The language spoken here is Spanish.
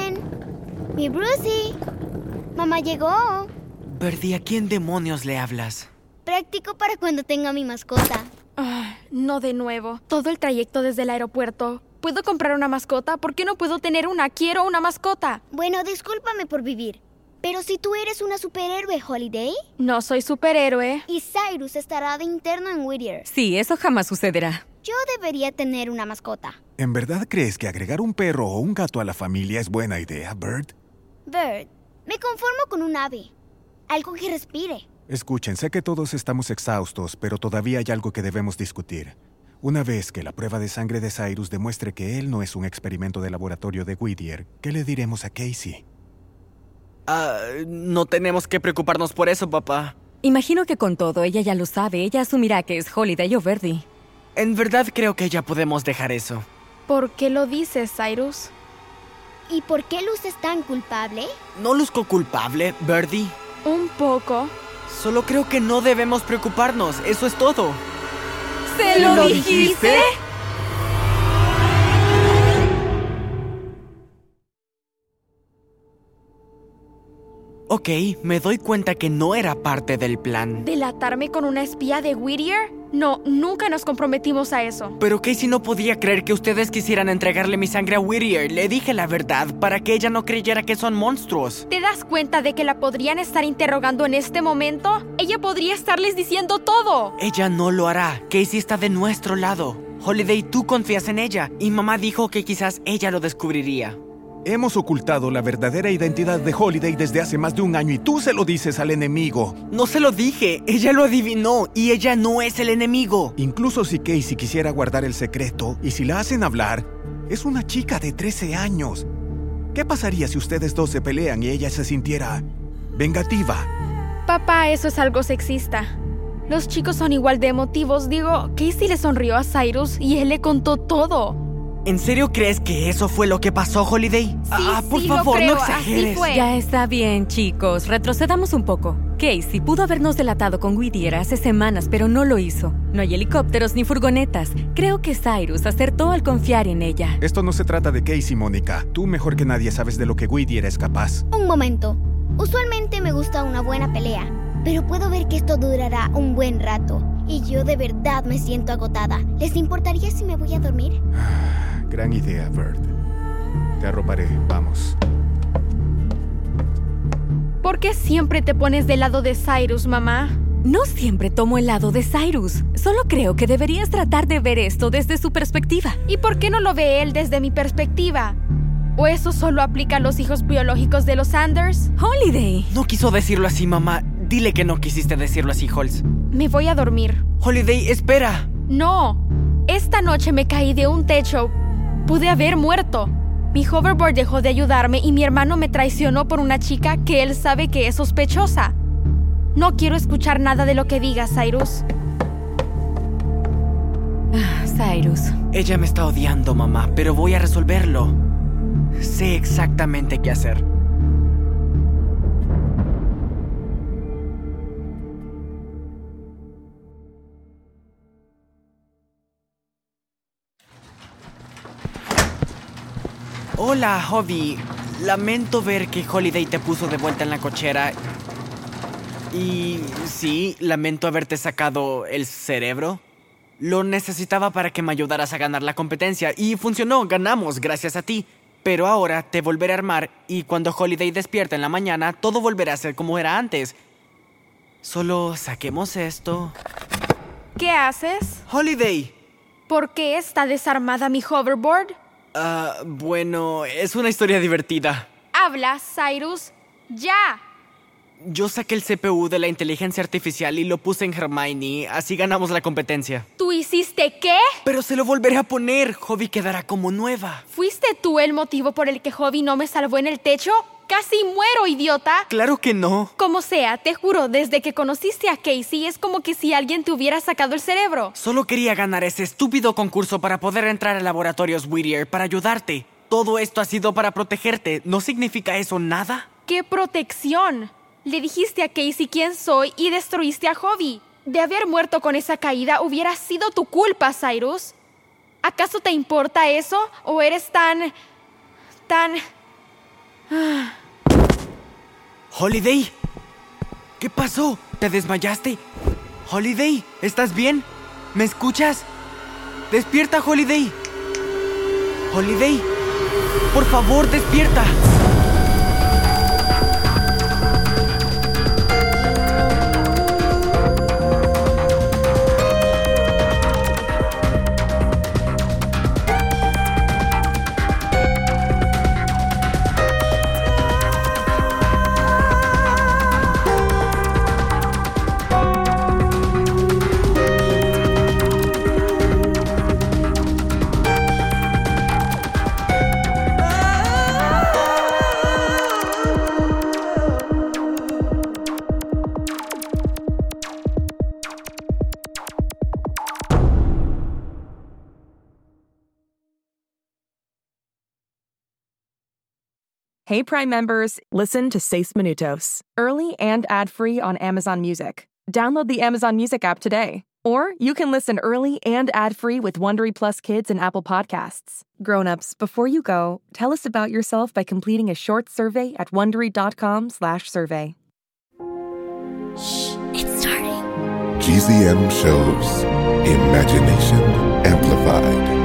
bien. Mi Brucey. Mamá llegó. Birdie, ¿a quién demonios le hablas? Practico para cuando tenga mi mascota. No de nuevo. Todo el trayecto desde el aeropuerto. ¿Puedo comprar una mascota? ¿Por qué no puedo tener una? ¡Quiero una mascota! Bueno, discúlpame por vivir. Pero si tú eres una superhéroe, Holiday. No soy superhéroe. Y Cyrus estará de interno en Whittier. Sí, eso jamás sucederá. Yo debería tener una mascota. ¿En verdad crees que agregar un perro o un gato a la familia es buena idea, Bird? Bird, me conformo con un ave. Algo que respire. Escuchen, sé que todos estamos exhaustos, pero todavía hay algo que debemos discutir. Una vez que la prueba de sangre de Cyrus demuestre que él no es un experimento de laboratorio de Whittier, ¿qué le diremos a Casey? No tenemos que preocuparnos por eso, papá. Imagino que con todo, ella ya lo sabe. Ella asumirá que es Holiday o Birdie. En verdad creo que ya podemos dejar eso. ¿Por qué lo dices, Cyrus? ¿Y por qué luces tan culpable? ¿No luzco culpable, Birdie? Un poco. Solo creo que no debemos preocuparnos. Eso es todo. ¿Se lo dijiste? Ok, me doy cuenta que no era parte del plan. ¿Delatarme con una espía de Whittier? No, nunca nos comprometimos a eso. Pero Casey no podía creer que ustedes quisieran entregarle mi sangre a Whittier. Le dije la verdad para que ella no creyera que son monstruos. ¿Te das cuenta de que la podrían estar interrogando en este momento? Ella podría estarles diciendo todo. Ella no lo hará. Casey está de nuestro lado. Holiday, tú confías en ella. Y mamá dijo que quizás ella lo descubriría. Hemos ocultado la verdadera identidad de Holiday desde hace más de un año y tú se lo dices al enemigo. No se lo dije. Ella lo adivinó y ella no es el enemigo. Incluso si Casey quisiera guardar el secreto y si la hacen hablar, es una chica de 13 años. ¿Qué pasaría si ustedes dos se pelean y ella se sintiera vengativa? Papá, eso es algo sexista. Los chicos son igual de emotivos. Digo, Casey le sonrió a Cyrus y él le contó todo. ¿En serio crees que eso fue lo que pasó, Holiday? Por sí, favor, lo creo. no exageres. Así fue. Ya está bien, chicos. Retrocedamos un poco. Casey pudo habernos delatado con Whittier hace semanas, pero no lo hizo. No hay helicópteros ni furgonetas. Creo que Cyrus acertó al confiar en ella. Esto no se trata de Casey, Mónica. Tú mejor que nadie sabes de lo que Whittier es capaz. Un momento. Usualmente me gusta una buena pelea, pero puedo ver que esto durará un buen rato. Y yo de verdad me siento agotada. ¿Les importaría si me voy a dormir? Gran idea, Bird. Te arroparé. Vamos. ¿Por qué siempre te pones del lado de Cyrus, mamá? No siempre tomo el lado de Cyrus. Solo creo que deberías tratar de ver esto desde su perspectiva. ¿Y por qué no lo ve él desde mi perspectiva? ¿O eso solo aplica a los hijos biológicos de los Sanders? Holiday. No quiso decirlo así, mamá. Dile que no quisiste decirlo así, Holz. Me voy a dormir. Holiday, espera. No. Esta noche me caí de un techo. Pude haber muerto. Mi hoverboard dejó de ayudarme y mi hermano me traicionó por una chica que él sabe que es sospechosa. No quiero escuchar nada de lo que digas, Cyrus. Cyrus. Ella me está odiando, mamá, pero voy a resolverlo. Sé exactamente qué hacer. Hola, Hobby. Lamento ver que Holiday te puso de vuelta en la cochera. Y sí, lamento haberte sacado el cerebro. Lo necesitaba para que me ayudaras a ganar la competencia. Y funcionó, ganamos, gracias a ti. Pero ahora te volveré a armar y cuando Holiday despierte en la mañana, todo volverá a ser como era antes. Solo saquemos esto. ¿Qué haces? Holiday. ¿Por qué está desarmada mi hoverboard? Bueno, es una historia divertida. Habla, Cyrus. ¡Ya! Yo saqué el CPU de la inteligencia artificial y lo puse en Hermione, así ganamos la competencia. ¿Tú hiciste qué? Pero se lo volveré a poner, Hobby quedará como nueva. ¿Fuiste tú el motivo por el que Hobby no me salvó en el techo? ¡Casi muero, idiota! Claro que no. Como sea, te juro, desde que conociste a Casey es como que si alguien te hubiera sacado el cerebro. Solo quería ganar ese estúpido concurso para poder entrar a Laboratorios Whittier para ayudarte. Todo esto ha sido para protegerte. ¿No significa eso nada? ¡Qué protección! Le dijiste a Casey quién soy y destruiste a Hobby. De haber muerto con esa caída hubiera sido tu culpa, Cyrus. ¿Acaso te importa eso? ¿O eres tan Holiday, ¿qué pasó? ¿Te desmayaste? Holiday, ¿estás bien? ¿Me escuchas? ¡Despierta, Holiday! Holiday, por favor, despierta. Hey Prime members, listen to 6 Minutos, early and ad-free on Amazon Music. Download the Amazon Music app today. Or you can listen early and ad-free with Wondery Plus Kids and Apple Podcasts. Grown-ups, before you go, tell us about yourself by completing a short survey at Wondery.com/survey. Shh, it's starting. GZM shows Imagination Amplified.